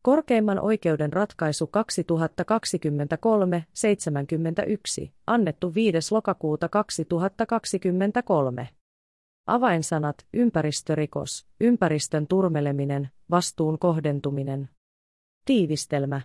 Korkeimman oikeuden ratkaisu 2023-71, annettu 5. lokakuuta 2023. Avainsanat: ympäristörikos, ympäristön turmeleminen, vastuun kohdentuminen. Tiivistelmä.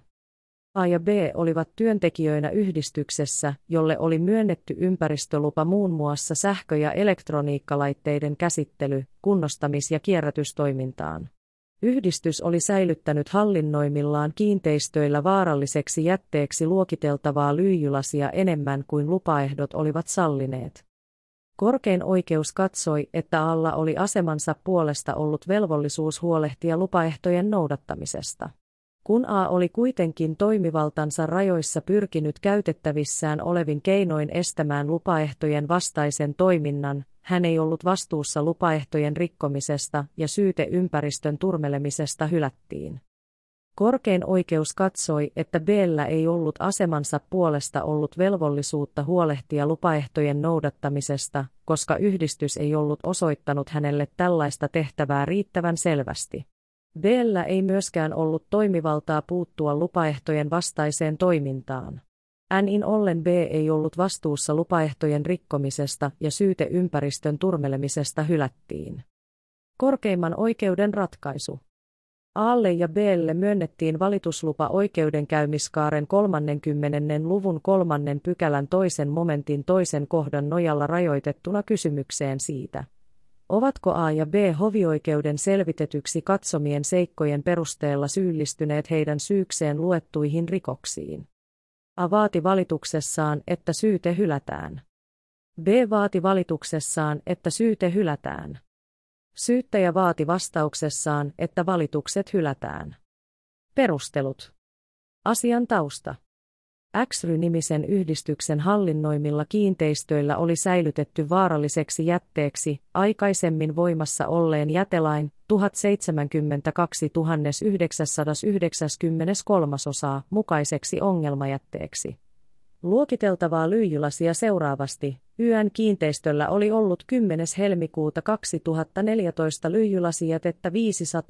A ja B olivat työntekijöinä yhdistyksessä, jolle oli myönnetty ympäristölupa muun muassa sähkö- ja elektroniikkalaitteiden käsittely-, kunnostamis- ja kierrätystoimintaan. Yhdistys oli säilyttänyt hallinnoimillaan kiinteistöillä vaaralliseksi jätteeksi luokiteltavaa lyijylasia enemmän kuin lupaehdot olivat sallineet. Korkein oikeus katsoi, että A:lla oli asemansa puolesta ollut velvollisuus huolehtia lupaehtojen noudattamisesta. Kun A oli kuitenkin toimivaltansa rajoissa pyrkinyt käytettävissään olevin keinoin estämään lupaehtojen vastaisen toiminnan, hän ei ollut vastuussa lupaehtojen rikkomisesta ja syyte ympäristön turmelemisesta hylättiin. Korkein oikeus katsoi, että B:llä ei ollut asemansa puolesta ollut velvollisuutta huolehtia lupaehtojen noudattamisesta, koska yhdistys ei ollut osoittanut hänelle tällaista tehtävää riittävän selvästi. B:llä ei myöskään ollut toimivaltaa puuttua lupaehtojen vastaiseen toimintaan. Näin ollen B ei ollut vastuussa lupaehtojen rikkomisesta ja syyte ympäristön turmelemisesta hylättiin. Korkeimman oikeuden ratkaisu. A:lle ja B:lle myönnettiin valituslupa oikeudenkäymiskaaren 30. luvun 3. pykälän 2. momentin 2. kohdan nojalla rajoitettuna kysymykseen siitä, ovatko A ja B hovioikeuden selvitetyksi katsomien seikkojen perusteella syyllistyneet heidän syykseen luettuihin rikoksiin. A vaati valituksessaan, että syyte hylätään. B vaati valituksessaan, että syyte hylätään. Syyttäjä vaati vastauksessaan, että valitukset hylätään. Perustelut. Asian tausta. XRY-nimisen yhdistyksen hallinnoimilla kiinteistöillä oli säilytetty vaaralliseksi jätteeksi aikaisemmin voimassa olleen jätelain 1072 993 mukaiseksi ongelmajätteeksi. Luokiteltavaa lyijylasia seuraavasti: YN kiinteistöllä oli ollut 10. helmikuuta 2014 lyijylasijätettä 540,88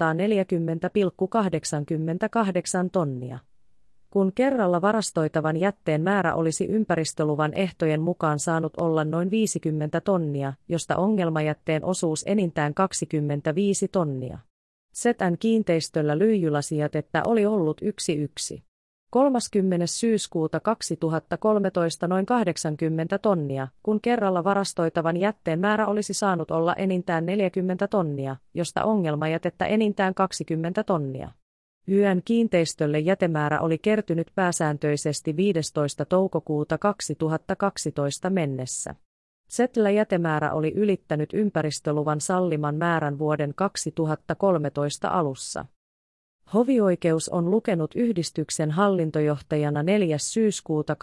tonnia. Kun kerralla varastoitavan jätteen määrä olisi ympäristöluvan ehtojen mukaan saanut olla noin 50 tonnia, josta ongelmajätteen osuus enintään 25 tonnia. ZN kiinteistöllä lyijylasijätettä oli ollut 1,1. 30. syyskuuta 2013 noin 80 tonnia, kun kerralla varastoitavan jätteen määrä olisi saanut olla enintään 40 tonnia, josta ongelmajätettä enintään 20 tonnia. YN kiinteistölle jätemäärä oli kertynyt pääsääntöisesti 15. toukokuuta 2012 mennessä. ZL jätemäärä oli ylittänyt ympäristöluvan salliman määrän vuoden 2013 alussa. Hovioikeus on lukenut yhdistyksen hallintojohtajana 4. syyskuuta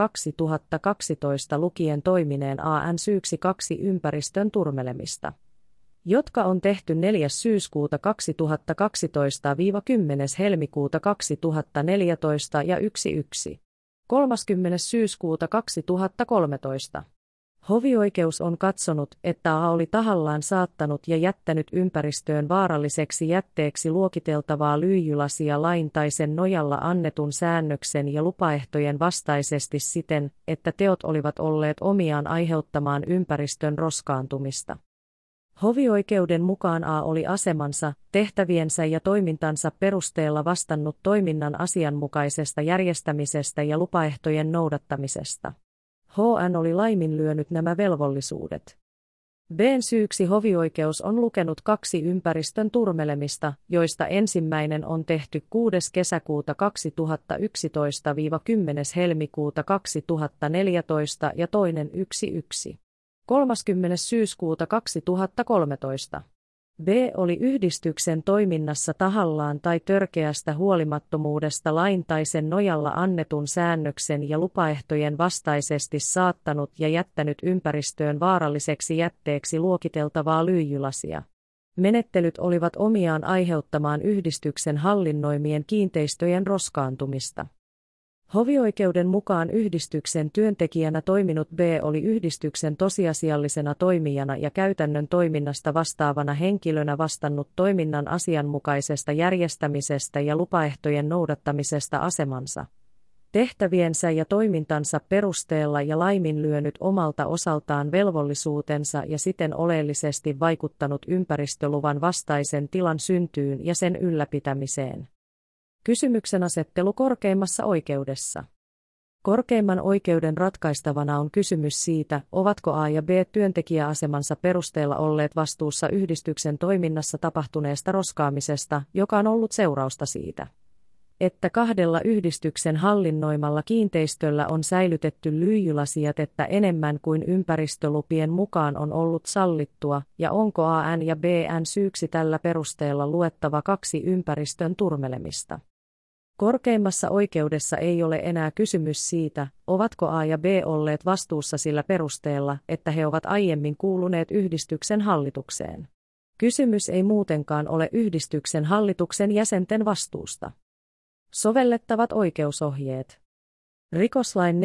2012 lukien toimineen AN syyksi 2 ympäristön turmelemista, jotka on tehty 4. syyskuuta 2012–10. helmikuuta 2014 ja 1.1. 30. syyskuuta 2013. Hovioikeus on katsonut, että A oli tahallaan saattanut ja jättänyt ympäristöön vaaralliseksi jätteeksi luokiteltavaa lyijylasia lain tai sen nojalla annetun säännöksen ja lupaehtojen vastaisesti siten, että teot olivat olleet omiaan aiheuttamaan ympäristön roskaantumista. Hovioikeuden mukaan A oli asemansa, tehtäviensä ja toimintansa perusteella vastannut toiminnan asianmukaisesta järjestämisestä ja lupaehtojen noudattamisesta. HN oli laiminlyönyt nämä velvollisuudet. B:n syyksi hovioikeus on lukenut 2 ympäristön turmelemista, joista ensimmäinen on tehty 6. kesäkuuta 2011–10. helmikuuta 2014 ja toinen 1.1. 30. syyskuuta 2013. B oli yhdistyksen toiminnassa tahallaan tai törkeästä huolimattomuudesta lain tai sen nojalla annetun säännöksen ja lupaehtojen vastaisesti saattanut ja jättänyt ympäristöön vaaralliseksi jätteeksi luokiteltavaa lyijylasia. Menettelyt olivat omiaan aiheuttamaan yhdistyksen hallinnoimien kiinteistöjen roskaantumista. Hovioikeuden mukaan yhdistyksen työntekijänä toiminut B oli yhdistyksen tosiasiallisena toimijana ja käytännön toiminnasta vastaavana henkilönä vastannut toiminnan asianmukaisesta järjestämisestä ja lupaehtojen noudattamisesta asemansa, tehtäviensä ja toimintansa perusteella ja laiminlyönyt omalta osaltaan velvollisuutensa ja siten oleellisesti vaikuttanut ympäristöluvan vastaisen tilan syntyyn ja sen ylläpitämiseen. Kysymyksen asettelu korkeimmassa oikeudessa. Korkeimman oikeuden ratkaistavana on kysymys siitä, ovatko A ja B työntekijäasemansa perusteella olleet vastuussa yhdistyksen toiminnassa tapahtuneesta roskaamisesta, joka on ollut seurausta siitä, että kahdella yhdistyksen hallinnoimalla kiinteistöllä on säilytetty lyijylasijätettä enemmän kuin ympäristölupien mukaan on ollut sallittua, ja onko AN ja BN syyksi tällä perusteella luettava 2 ympäristön turmelemista. Korkeimmassa oikeudessa ei ole enää kysymys siitä, ovatko A ja B olleet vastuussa sillä perusteella, että he ovat aiemmin kuuluneet yhdistyksen hallitukseen. Kysymys ei muutenkaan ole yhdistyksen hallituksen jäsenten vastuusta. Sovellettavat oikeusohjeet. Rikoslain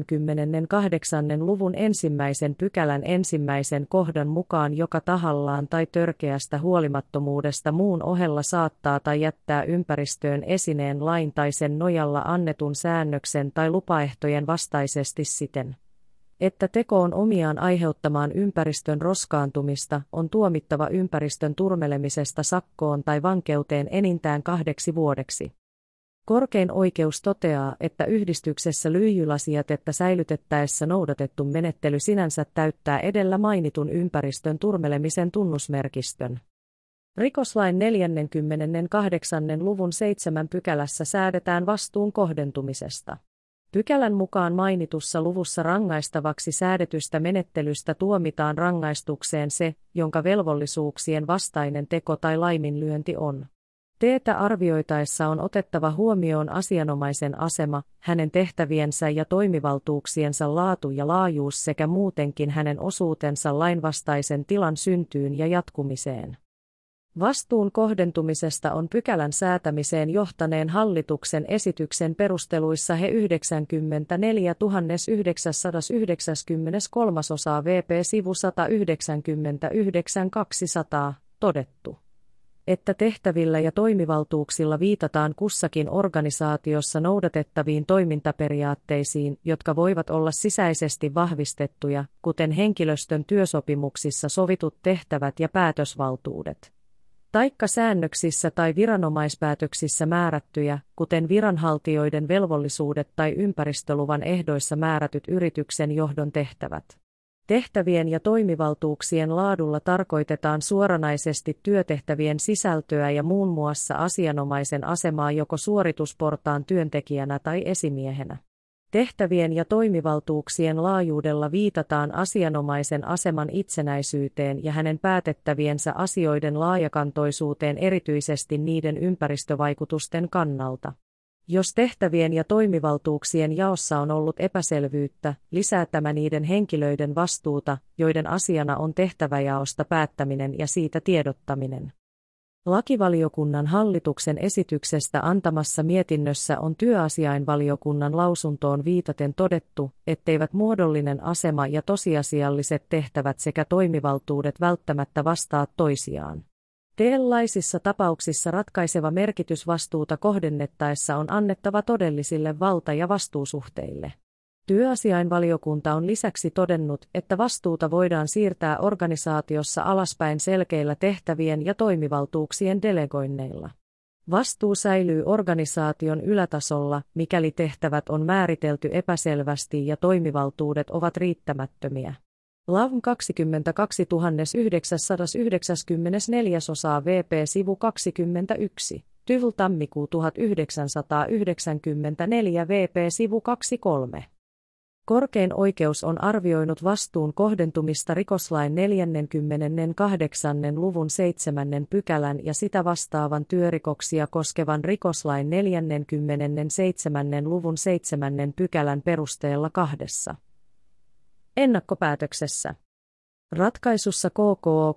48. luvun 1. pykälän 1. kohdan mukaan joka tahallaan tai törkeästä huolimattomuudesta muun ohella saattaa tai jättää ympäristöön esineen lain tai sen nojalla annetun säännöksen tai lupaehtojen vastaisesti siten, että teko on omiaan aiheuttamaan ympäristön roskaantumista, on tuomittava ympäristön turmelemisesta sakkoon tai vankeuteen enintään 2 vuodeksi. Korkein oikeus toteaa, että yhdistyksessä lyijylasijätettä säilytettäessä noudatettu menettely sinänsä täyttää edellä mainitun ympäristön turmelemisen tunnusmerkistön. Rikoslain 48. luvun 7. pykälässä säädetään vastuun kohdentumisesta. Pykälän mukaan mainitussa luvussa rangaistavaksi säädetystä menettelystä tuomitaan rangaistukseen se, jonka velvollisuuksien vastainen teko tai laiminlyönti on. Teetä arvioitaessa on otettava huomioon asianomaisen asema, hänen tehtäviensä ja toimivaltuuksiensa laatu ja laajuus sekä muutenkin hänen osuutensa lainvastaisen tilan syntyyn ja jatkumiseen. Vastuun kohdentumisesta on pykälän säätämiseen johtaneen hallituksen esityksen perusteluissa he 94 993 vp sivu 199-200 todettu, että tehtävillä ja toimivaltuuksilla viitataan kussakin organisaatiossa noudatettaviin toimintaperiaatteisiin, jotka voivat olla sisäisesti vahvistettuja, kuten henkilöstön työsopimuksissa sovitut tehtävät ja päätösvaltuudet, taikka säännöksissä tai viranomaispäätöksissä määrättyjä, kuten viranhaltijoiden velvollisuudet tai ympäristöluvan ehdoissa määrätyt yrityksen johdon tehtävät. Tehtävien ja toimivaltuuksien laadulla tarkoitetaan suoranaisesti työtehtävien sisältöä ja muun muassa asianomaisen asemaa joko suoritusportaan työntekijänä tai esimiehenä. Tehtävien ja toimivaltuuksien laajuudella viitataan asianomaisen aseman itsenäisyyteen ja hänen päätettäviensä asioiden laajakantoisuuteen erityisesti niiden ympäristövaikutusten kannalta. Jos tehtävien ja toimivaltuuksien jaossa on ollut epäselvyyttä, lisää tämä niiden henkilöiden vastuuta, joiden asiana on tehtäväjaosta päättäminen ja siitä tiedottaminen. Lakivaliokunnan hallituksen esityksestä antamassa mietinnössä on työasiainvaliokunnan lausuntoon viitaten todettu, etteivät muodollinen asema ja tosiasialliset tehtävät sekä toimivaltuudet välttämättä vastaa toisiaan. Tällaisissa tapauksissa ratkaiseva merkitys vastuuta kohdennettaessa on annettava todellisille valta- ja vastuusuhteille. Työasiainvaliokunta on lisäksi todennut, että vastuuta voidaan siirtää organisaatiossa alaspäin selkeillä tehtävien ja toimivaltuuksien delegoinneilla. Vastuu säilyy organisaation ylätasolla, mikäli tehtävät on määritelty epäselvästi ja toimivaltuudet ovat riittämättömiä. LAVM 22 994 vp sivu 21, TyVL tammikuu 1994 vp sivu 23. Korkein oikeus on arvioinut vastuun kohdentumista rikoslain 48. luvun 7. pykälän ja sitä vastaavan työrikoksia koskevan rikoslain 47. luvun 7. pykälän perusteella 2 ennakkopäätöksessä. Ratkaisussa KKO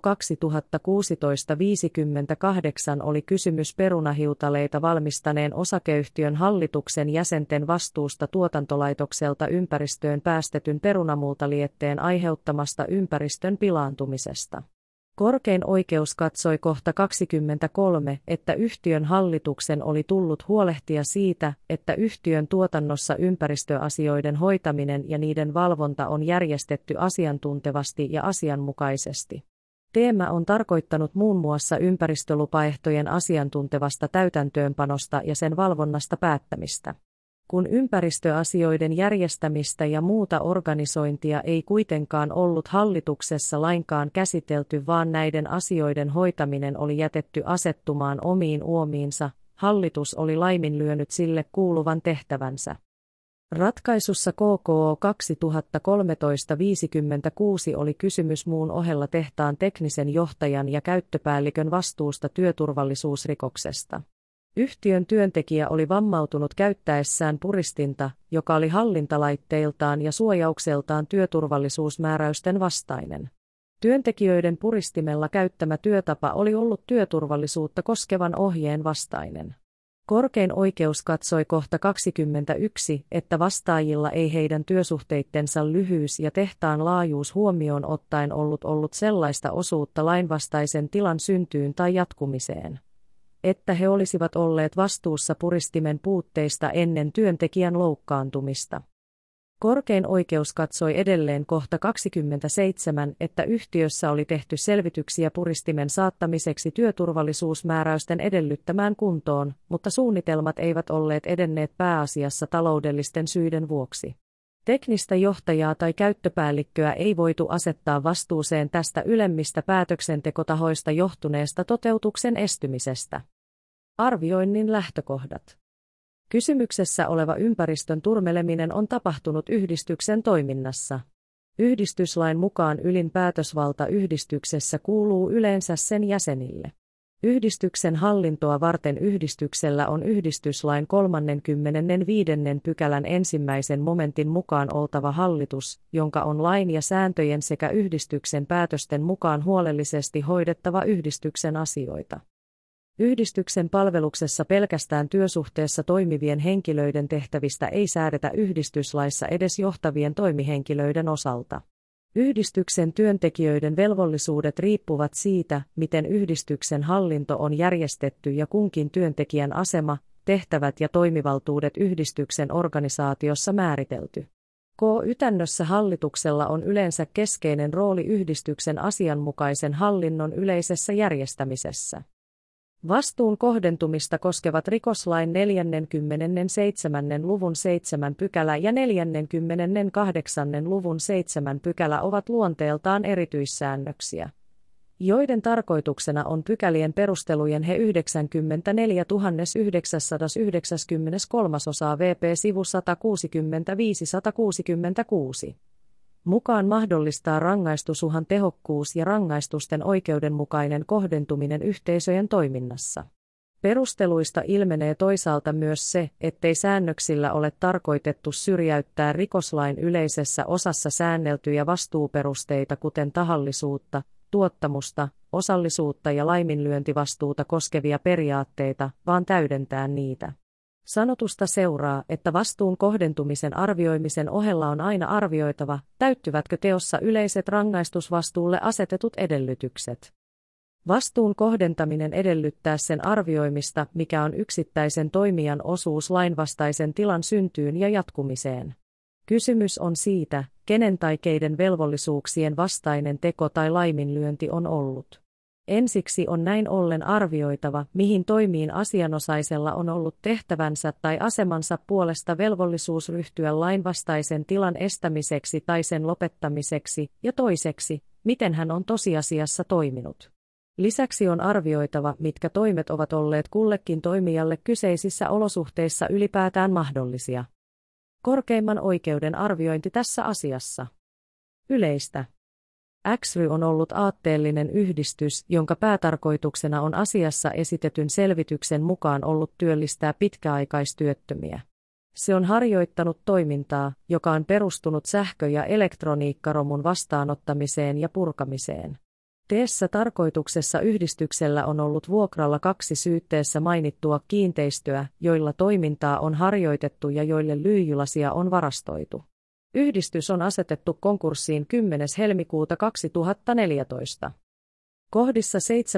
2016-58 oli kysymys perunahiutaleita valmistaneen osakeyhtiön hallituksen jäsenten vastuusta tuotantolaitokselta ympäristöön päästetyn perunamultalietteen aiheuttamasta ympäristön pilaantumisesta. Korkein oikeus katsoi kohta 23, että yhtiön hallituksen oli tullut huolehtia siitä, että yhtiön tuotannossa ympäristöasioiden hoitaminen ja niiden valvonta on järjestetty asiantuntevasti ja asianmukaisesti. Teema on tarkoittanut muun muassa ympäristölupaehtojen asiantuntevasta täytäntöönpanosta ja sen valvonnasta päättämistä. Kun ympäristöasioiden järjestämistä ja muuta organisointia ei kuitenkaan ollut hallituksessa lainkaan käsitelty, vaan näiden asioiden hoitaminen oli jätetty asettumaan omiin uomiinsa, hallitus oli laiminlyönyt sille kuuluvan tehtävänsä. Ratkaisussa KKO 2013-56 oli kysymys muun ohella tehtaan teknisen johtajan ja käyttöpäällikön vastuusta työturvallisuusrikoksesta. Yhtiön työntekijä oli vammautunut käyttäessään puristinta, joka oli hallintalaitteiltaan ja suojaukseltaan työturvallisuusmääräysten vastainen. Työntekijöiden puristimella käyttämä työtapa oli ollut työturvallisuutta koskevan ohjeen vastainen. Korkein oikeus katsoi kohta 21, että vastaajilla ei heidän työsuhteittensa lyhyys ja tehtaan laajuus huomioon ottaen ollut sellaista osuutta lainvastaisen tilan syntyyn tai jatkumiseen, että he olisivat olleet vastuussa puristimen puutteista ennen työntekijän loukkaantumista. Korkein oikeus katsoi edelleen kohta 27, että yhtiössä oli tehty selvityksiä puristimen saattamiseksi työturvallisuusmääräysten edellyttämään kuntoon, mutta suunnitelmat eivät olleet edenneet pääasiassa taloudellisten syiden vuoksi. Teknistä johtajaa tai käyttöpäällikköä ei voitu asettaa vastuuseen tästä ylemmistä päätöksentekotahoista johtuneesta toteutuksen estymisestä. Arvioinnin lähtökohdat. Kysymyksessä oleva ympäristön turmeleminen on tapahtunut yhdistyksen toiminnassa. Yhdistyslain mukaan ylin päätösvalta yhdistyksessä kuuluu yleensä sen jäsenille. Yhdistyksen hallintoa varten yhdistyksellä on yhdistyslain 35. pykälän 1. momentin mukaan oltava hallitus, jonka on lain ja sääntöjen sekä yhdistyksen päätösten mukaan huolellisesti hoidettava yhdistyksen asioita. Yhdistyksen palveluksessa pelkästään työsuhteessa toimivien henkilöiden tehtävistä ei säädetä yhdistyslaissa edes johtavien toimihenkilöiden osalta. Yhdistyksen työntekijöiden velvollisuudet riippuvat siitä, miten yhdistyksen hallinto on järjestetty ja kunkin työntekijän asema, tehtävät ja toimivaltuudet yhdistyksen organisaatiossa määritelty. K-ytännössä hallituksella on yleensä keskeinen rooli yhdistyksen asianmukaisen hallinnon yleisessä järjestämisessä. Vastuun kohdentumista koskevat rikoslain 47. luvun 7 pykälä ja 48. luvun 7 pykälä ovat luonteeltaan erityissäännöksiä, joiden tarkoituksena on pykälien perustelujen he 94 993 vp sivu 165-166. Mukaan mahdollistaa rangaistusuhan tehokkuus ja rangaistusten oikeudenmukainen kohdentuminen yhteisöjen toiminnassa. Perusteluista ilmenee toisaalta myös se, ettei säännöksillä ole tarkoitettu syrjäyttää rikoslain yleisessä osassa säänneltyjä vastuuperusteita kuten tahallisuutta, tuottamusta, osallisuutta ja laiminlyöntivastuuta koskevia periaatteita, vaan täydentää niitä. Sanotusta seuraa, että vastuun kohdentumisen arvioimisen ohella on aina arvioitava, täyttyvätkö teossa yleiset rangaistusvastuulle asetetut edellytykset. Vastuun kohdentaminen edellyttää sen arvioimista, mikä on yksittäisen toimijan osuus lainvastaisen tilan syntyyn ja jatkumiseen. Kysymys on siitä, kenen tai keiden velvollisuuksien vastainen teko tai laiminlyönti on ollut. Ensiksi on näin ollen arvioitava, mihin toimiin asianosaisella on ollut tehtävänsä tai asemansa puolesta velvollisuus ryhtyä lainvastaisen tilan estämiseksi tai sen lopettamiseksi, ja toiseksi, miten hän on tosiasiassa toiminut. Lisäksi on arvioitava, mitkä toimet ovat olleet kullekin toimijalle kyseisissä olosuhteissa ylipäätään mahdollisia. Korkeimman oikeuden arviointi tässä asiassa. Yleistä. XRY on ollut aatteellinen yhdistys, jonka päätarkoituksena on asiassa esitetyn selvityksen mukaan ollut työllistää pitkäaikaistyöttömiä. Se on harjoittanut toimintaa, joka on perustunut sähkö- ja elektroniikkaromun vastaanottamiseen ja purkamiseen. Teessä tarkoituksessa yhdistyksellä on ollut vuokralla 2 syytteessä mainittua kiinteistöä, joilla toimintaa on harjoitettu ja joille lyijylasia on varastoitu. Yhdistys on asetettu konkurssiin 10. helmikuuta 2014. Kohdissa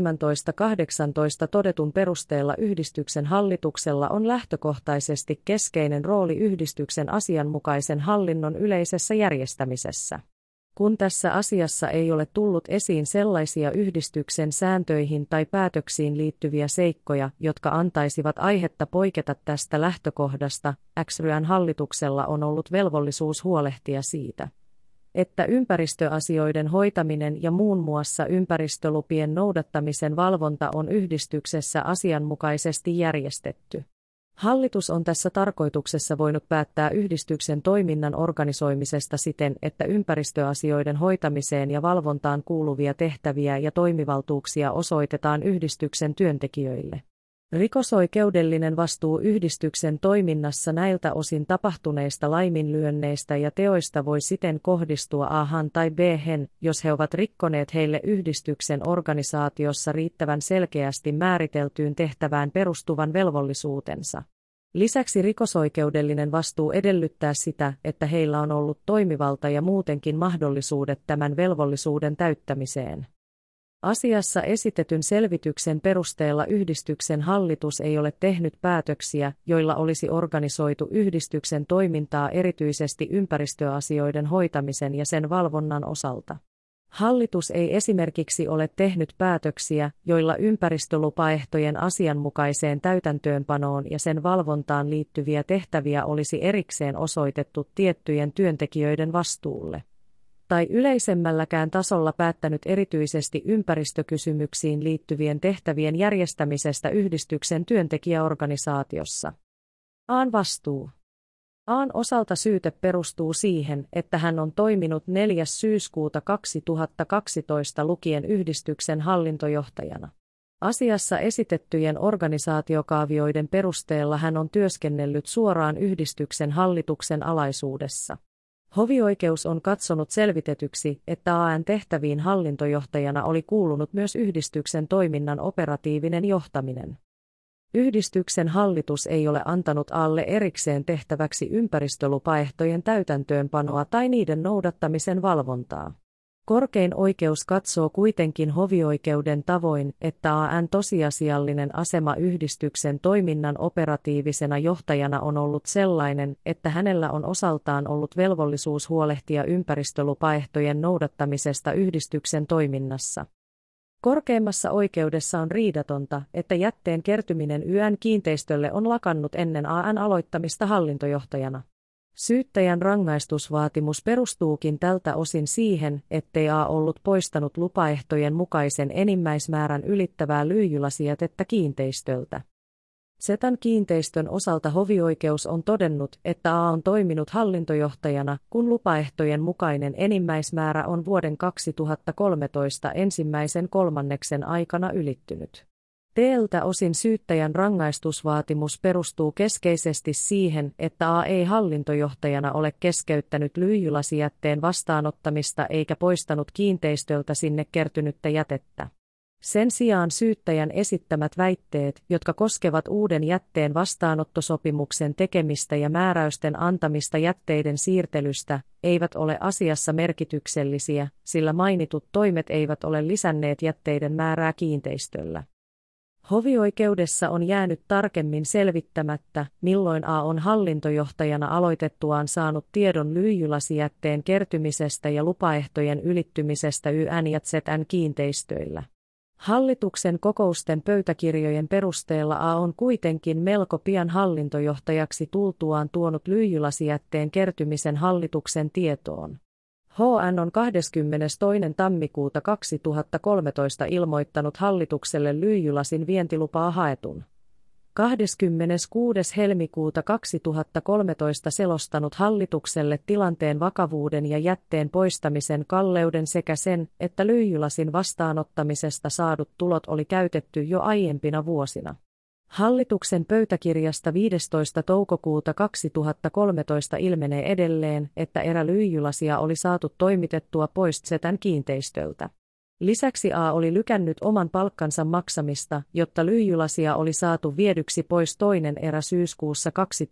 17-18 todetun perusteella yhdistyksen hallituksella on lähtökohtaisesti keskeinen rooli yhdistyksen asianmukaisen hallinnon yleisessä järjestämisessä. Kun tässä asiassa ei ole tullut esiin sellaisia yhdistyksen sääntöihin tai päätöksiin liittyviä seikkoja, jotka antaisivat aihetta poiketa tästä lähtökohdasta, XY:n hallituksella on ollut velvollisuus huolehtia siitä, että ympäristöasioiden hoitaminen ja muun muassa ympäristölupien noudattamisen valvonta on yhdistyksessä asianmukaisesti järjestetty. Hallitus on tässä tarkoituksessa voinut päättää yhdistyksen toiminnan organisoimisesta siten, että ympäristöasioiden hoitamiseen ja valvontaan kuuluvia tehtäviä ja toimivaltuuksia osoitetaan yhdistyksen työntekijöille. Rikosoikeudellinen vastuu yhdistyksen toiminnassa näiltä osin tapahtuneista laiminlyönneistä ja teoista voi siten kohdistua A-han tai B-hen, jos he ovat rikkoneet heille yhdistyksen organisaatiossa riittävän selkeästi määriteltyyn tehtävään perustuvan velvollisuutensa. Lisäksi rikosoikeudellinen vastuu edellyttää sitä, että heillä on ollut toimivalta ja muutenkin mahdollisuudet tämän velvollisuuden täyttämiseen. Asiassa esitetyn selvityksen perusteella yhdistyksen hallitus ei ole tehnyt päätöksiä, joilla olisi organisoitu yhdistyksen toimintaa erityisesti ympäristöasioiden hoitamisen ja sen valvonnan osalta. Hallitus ei esimerkiksi ole tehnyt päätöksiä, joilla ympäristölupaehtojen asianmukaiseen täytäntöönpanoon ja sen valvontaan liittyviä tehtäviä olisi erikseen osoitettu tiettyjen työntekijöiden vastuulle. Tai yleisemmälläkään tasolla päättänyt erityisesti ympäristökysymyksiin liittyvien tehtävien järjestämisestä yhdistyksen työntekijäorganisaatiossa. A:n vastuu. A:n osalta syyte perustuu siihen, että hän on toiminut 4. syyskuuta 2012 lukien yhdistyksen hallintojohtajana. Asiassa esitettyjen organisaatiokaavioiden perusteella hän on työskennellyt suoraan yhdistyksen hallituksen alaisuudessa. Hovioikeus on katsonut selvitetyksi, että A:n tehtäviin hallintojohtajana oli kuulunut myös yhdistyksen toiminnan operatiivinen johtaminen. Yhdistyksen hallitus ei ole antanut A:lle erikseen tehtäväksi ympäristölupaehtojen täytäntöönpanoa tai niiden noudattamisen valvontaa. Korkein oikeus katsoo kuitenkin hovioikeuden tavoin, että A:n tosiasiallinen asema yhdistyksen toiminnan operatiivisena johtajana on ollut sellainen, että hänellä on osaltaan ollut velvollisuus huolehtia ympäristölupaehtojen noudattamisesta yhdistyksen toiminnassa. Korkeimmassa oikeudessa on riidatonta, että jätteen kertyminen Y:n kiinteistölle on lakannut ennen A:n aloittamista hallintojohtajana. Syyttäjän rangaistusvaatimus perustuukin tältä osin siihen, ettei A ollut poistanut lupaehtojen mukaisen enimmäismäärän ylittävää lyijylasijätettä kiinteistöltä. Setan kiinteistön osalta hovioikeus on todennut, että A on toiminut hallintojohtajana, kun lupaehtojen mukainen enimmäismäärä on vuoden 2013 ensimmäisen kolmanneksen aikana ylittynyt. Tältä osin syyttäjän rangaistusvaatimus perustuu keskeisesti siihen, että A ei hallintojohtajana ole keskeyttänyt lyijylasijätteen vastaanottamista eikä poistanut kiinteistöltä sinne kertynyttä jätettä. Sen sijaan syyttäjän esittämät väitteet, jotka koskevat uuden jätteen vastaanottosopimuksen tekemistä ja määräysten antamista jätteiden siirtelystä, eivät ole asiassa merkityksellisiä, sillä mainitut toimet eivät ole lisänneet jätteiden määrää kiinteistöllä. Hovioikeudessa on jäänyt tarkemmin selvittämättä, milloin A on hallintojohtajana aloitettuaan saanut tiedon lyijylasijätteen kertymisestä ja lupaehtojen ylittymisestä Y:n ja Z:n kiinteistöillä. Hallituksen kokousten pöytäkirjojen perusteella A on kuitenkin melko pian hallintojohtajaksi tultuaan tuonut lyijylasijätteen kertymisen hallituksen tietoon. HN on 22. tammikuuta 2013 ilmoittanut hallitukselle lyijylasin vientilupaa haetun. 26. helmikuuta 2013 selostanut hallitukselle tilanteen vakavuuden ja jätteen poistamisen kalleuden sekä sen, että lyijylasin vastaanottamisesta saadut tulot oli käytetty jo aiempina vuosina. Hallituksen pöytäkirjasta 15. toukokuuta 2013 ilmenee edelleen, että erä lyijylasia oli saatu toimitettua pois Zetän kiinteistöltä. Lisäksi A oli lykännyt oman palkkansa maksamista, jotta lyijylasia oli saatu viedyksi pois toinen erä syyskuussa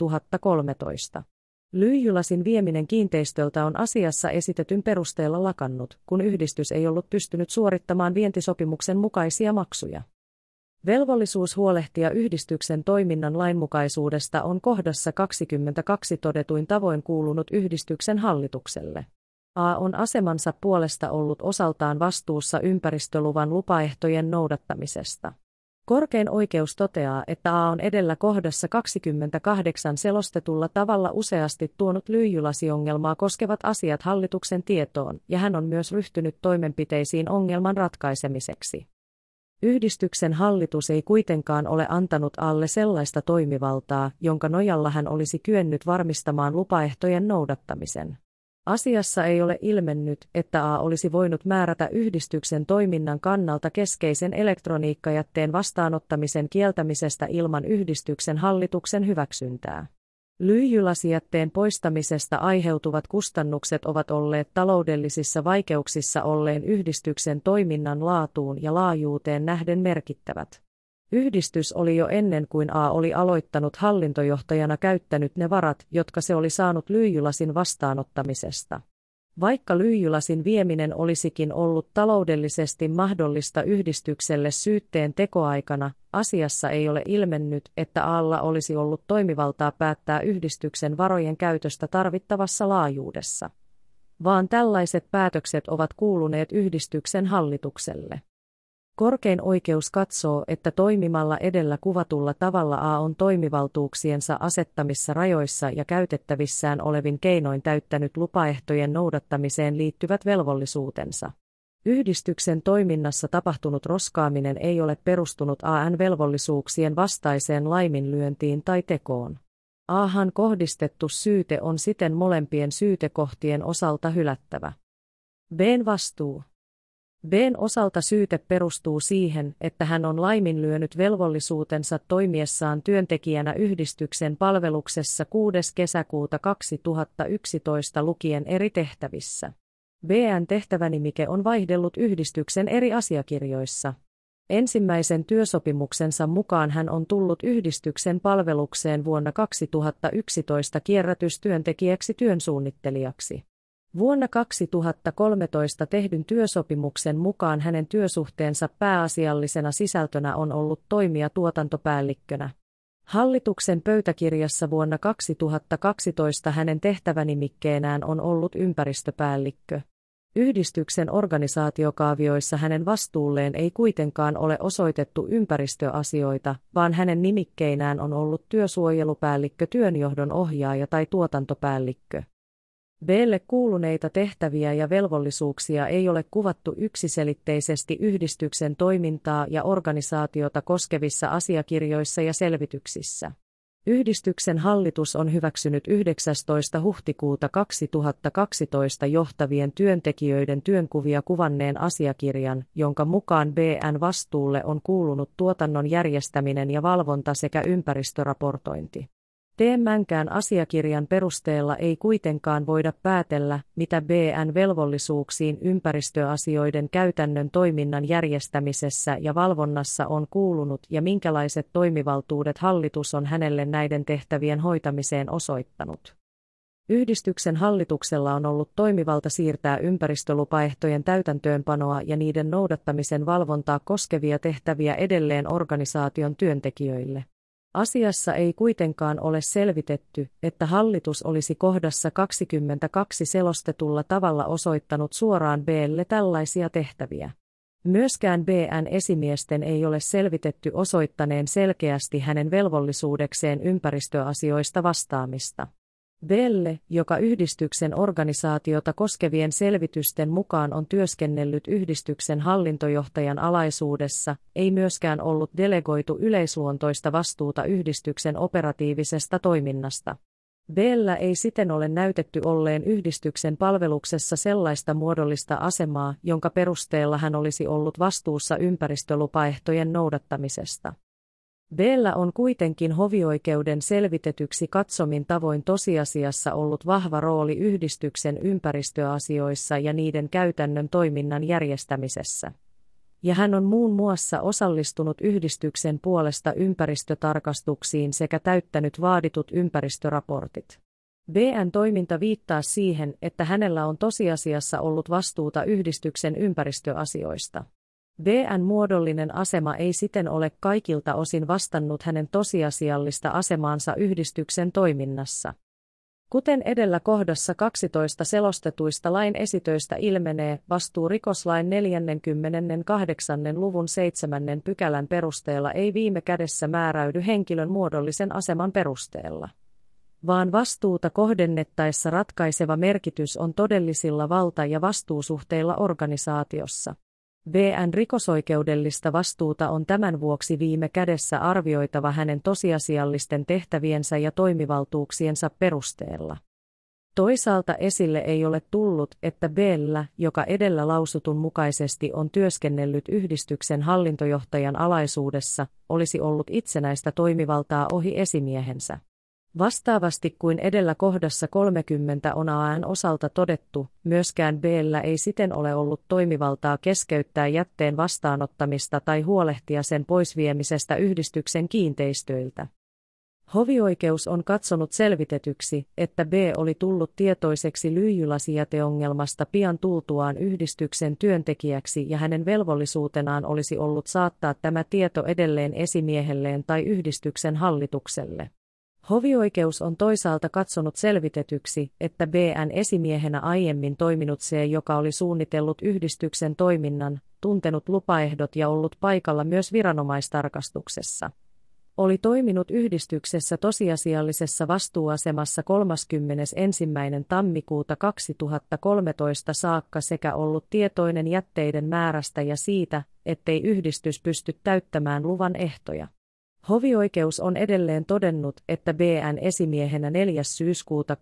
2013. Lyijylasin vieminen kiinteistöltä on asiassa esitetyn perusteella lakannut, kun yhdistys ei ollut pystynyt suorittamaan vientisopimuksen mukaisia maksuja. Velvollisuus huolehtia yhdistyksen toiminnan lainmukaisuudesta on kohdassa 22 todetuin tavoin kuulunut yhdistyksen hallitukselle. A on asemansa puolesta ollut osaltaan vastuussa ympäristöluvan lupaehtojen noudattamisesta. Korkein oikeus toteaa, että A on edellä kohdassa 28 selostetulla tavalla useasti tuonut lyijylasiongelmaa koskevat asiat hallituksen tietoon, ja hän on myös ryhtynyt toimenpiteisiin ongelman ratkaisemiseksi. Yhdistyksen hallitus ei kuitenkaan ole antanut A:lle sellaista toimivaltaa, jonka nojalla hän olisi kyennyt varmistamaan lupaehtojen noudattamisen. Asiassa ei ole ilmennyt, että A olisi voinut määrätä yhdistyksen toiminnan kannalta keskeisen elektroniikkajätteen vastaanottamisen kieltämisestä ilman yhdistyksen hallituksen hyväksyntää. Lyijylasijätteen poistamisesta aiheutuvat kustannukset ovat olleet taloudellisissa vaikeuksissa olleen yhdistyksen toiminnan laatuun ja laajuuteen nähden merkittävät. Yhdistys oli jo ennen kuin A oli aloittanut hallintojohtajana käyttänyt ne varat, jotka se oli saanut lyijylasin vastaanottamisesta. Vaikka lyijylasin vieminen olisikin ollut taloudellisesti mahdollista yhdistykselle syytteen tekoaikana, asiassa ei ole ilmennyt, että A:lla olisi ollut toimivaltaa päättää yhdistyksen varojen käytöstä tarvittavassa laajuudessa, vaan tällaiset päätökset ovat kuuluneet yhdistyksen hallitukselle. Korkein oikeus katsoo, että toimimalla edellä kuvatulla tavalla A on toimivaltuuksiensa asettamissa rajoissa ja käytettävissään olevin keinoin täyttänyt lupaehtojen noudattamiseen liittyvät velvollisuutensa. Yhdistyksen toiminnassa tapahtunut roskaaminen ei ole perustunut A:n velvollisuuksien vastaiseen laiminlyöntiin tai tekoon. A:han kohdistettu syyte on siten molempien syytekohtien osalta hylättävä. B:n vastuu. B:n osalta syyte perustuu siihen, että hän on laiminlyönyt velvollisuutensa toimiessaan työntekijänä yhdistyksen palveluksessa 6. kesäkuuta 2011 lukien eri tehtävissä. B:n tehtävänimike on vaihdellut yhdistyksen eri asiakirjoissa. Ensimmäisen työsopimuksensa mukaan hän on tullut yhdistyksen palvelukseen vuonna 2011 kierrätystyöntekijäksi työnsuunnittelijaksi. Vuonna 2013 tehdyn työsopimuksen mukaan hänen työsuhteensa pääasiallisena sisältönä on ollut toimia tuotantopäällikkönä. Hallituksen pöytäkirjassa vuonna 2012 hänen tehtävänimikkeenään on ollut ympäristöpäällikkö. Yhdistyksen organisaatiokaavioissa hänen vastuulleen ei kuitenkaan ole osoitettu ympäristöasioita, vaan hänen nimikkeinään on ollut työsuojelupäällikkö, työnjohdon ohjaaja tai tuotantopäällikkö. B:lle kuuluneita tehtäviä ja velvollisuuksia ei ole kuvattu yksiselitteisesti yhdistyksen toimintaa ja organisaatiota koskevissa asiakirjoissa ja selvityksissä. Yhdistyksen hallitus on hyväksynyt 19. huhtikuuta 2012 johtavien työntekijöiden työnkuvia kuvanneen asiakirjan, jonka mukaan BN vastuulle on kuulunut tuotannon järjestäminen ja valvonta sekä ympäristöraportointi. Teemänkään asiakirjan perusteella ei kuitenkaan voida päätellä, mitä BN velvollisuuksiin ympäristöasioiden käytännön toiminnan järjestämisessä ja valvonnassa on kuulunut ja minkälaiset toimivaltuudet hallitus on hänelle näiden tehtävien hoitamiseen osoittanut. Yhdistyksen hallituksella on ollut toimivalta siirtää ympäristölupaehtojen täytäntöönpanoa ja niiden noudattamisen valvontaa koskevia tehtäviä edelleen organisaation työntekijöille. Asiassa ei kuitenkaan ole selvitetty, että hallitus olisi kohdassa 22 selostetulla tavalla osoittanut suoraan B:lle tällaisia tehtäviä. Myöskään BN esimiesten ei ole selvitetty osoittaneen selkeästi hänen velvollisuudekseen ympäristöasioista vastaamista. B:lle, joka yhdistyksen organisaatiota koskevien selvitysten mukaan on työskennellyt yhdistyksen hallintojohtajan alaisuudessa, ei myöskään ollut delegoitu yleisluontoista vastuuta yhdistyksen operatiivisesta toiminnasta. B:llä ei siten ole näytetty olleen yhdistyksen palveluksessa sellaista muodollista asemaa, jonka perusteella hän olisi ollut vastuussa ympäristölupaehtojen noudattamisesta. B:llä on kuitenkin hovioikeuden selvitetyksi katsomin tavoin tosiasiassa ollut vahva rooli yhdistyksen ympäristöasioissa ja niiden käytännön toiminnan järjestämisessä. Ja hän on muun muassa osallistunut yhdistyksen puolesta ympäristötarkastuksiin sekä täyttänyt vaaditut ympäristöraportit. B:n toiminta viittaa siihen, että hänellä on tosiasiassa ollut vastuuta yhdistyksen ympäristöasioista. B:n muodollinen asema ei siten ole kaikilta osin vastannut hänen tosiasiallista asemaansa yhdistyksen toiminnassa. Kuten edellä kohdassa 12 selostetuista lain esitöistä ilmenee, vastuu rikoslain 48. luvun 7. pykälän perusteella ei viime kädessä määräydy henkilön muodollisen aseman perusteella, vaan vastuuta kohdennettaessa ratkaiseva merkitys on todellisilla valta- ja vastuusuhteilla organisaatiossa. B:n rikosoikeudellista vastuuta on tämän vuoksi viime kädessä arvioitava hänen tosiasiallisten tehtäviensä ja toimivaltuuksiensa perusteella. Toisaalta esille ei ole tullut, että B:llä, joka edellä lausutun mukaisesti on työskennellyt yhdistyksen hallintojohtajan alaisuudessa, olisi ollut itsenäistä toimivaltaa ohi esimiehensä. Vastaavasti kuin edellä kohdassa 30 on AN osalta todettu, myöskään B:llä ei siten ole ollut toimivaltaa keskeyttää jätteen vastaanottamista tai huolehtia sen poisviemisestä yhdistyksen kiinteistöiltä. Hovioikeus on katsonut selvitetyksi, että B oli tullut tietoiseksi lyijylasijäteongelmasta pian tultuaan yhdistyksen työntekijäksi ja hänen velvollisuutenaan olisi ollut saattaa tämä tieto edelleen esimiehelleen tai yhdistyksen hallitukselle. Hovioikeus on toisaalta katsonut selvitetyksi, että B:n esimiehenä aiemmin toiminut C, joka oli suunnitellut yhdistyksen toiminnan, tuntenut lupaehdot ja ollut paikalla myös viranomaistarkastuksessa, oli toiminut yhdistyksessä tosiasiallisessa vastuuasemassa 31. tammikuuta 2013 saakka sekä ollut tietoinen jätteiden määrästä ja siitä, ettei yhdistys pysty täyttämään luvan ehtoja. Hovioikeus on edelleen todennut, että B:n esimiehenä 4. syyskuuta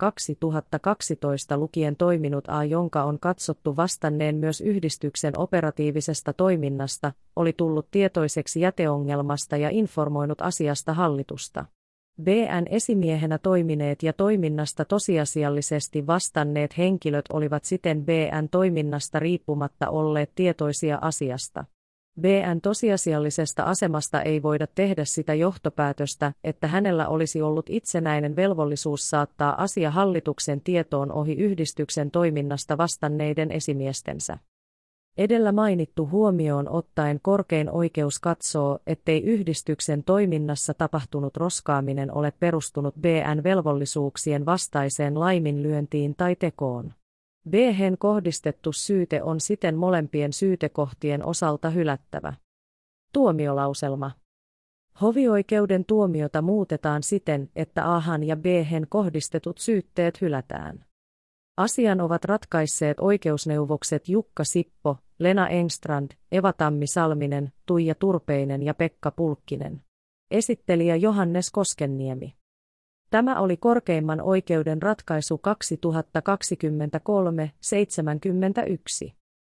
2012 lukien toiminut A, jonka on katsottu vastanneen myös yhdistyksen operatiivisesta toiminnasta, oli tullut tietoiseksi jäteongelmasta ja informoinut asiasta hallitusta. B:n esimiehenä toimineet ja toiminnasta tosiasiallisesti vastanneet henkilöt olivat siten B:n toiminnasta riippumatta olleet tietoisia asiasta. B:n tosiasiallisesta asemasta ei voida tehdä sitä johtopäätöstä, että hänellä olisi ollut itsenäinen velvollisuus saattaa asia hallituksen tietoon ohi yhdistyksen toiminnasta vastanneiden esimiestensä. Edellä mainittu huomioon ottaen korkein oikeus katsoo, ettei yhdistyksen toiminnassa tapahtunut roskaaminen ole perustunut B:n velvollisuuksien vastaiseen laiminlyöntiin tai tekoon. B:hen kohdistettu syyte on siten molempien syytekohtien osalta hylättävä. Tuomiolauselma. Hovioikeuden tuomiota muutetaan siten, että A:han ja B:hen kohdistetut syytteet hylätään. Asian ovat ratkaisseet oikeusneuvokset Jukka Sippo, Lena Engstrand, Eva Tammi-Salminen, Tuija Turpeinen ja Pekka Pulkkinen. Esittelijä Johannes Koskenniemi. Tämä oli korkeimman oikeuden ratkaisu 2023-71.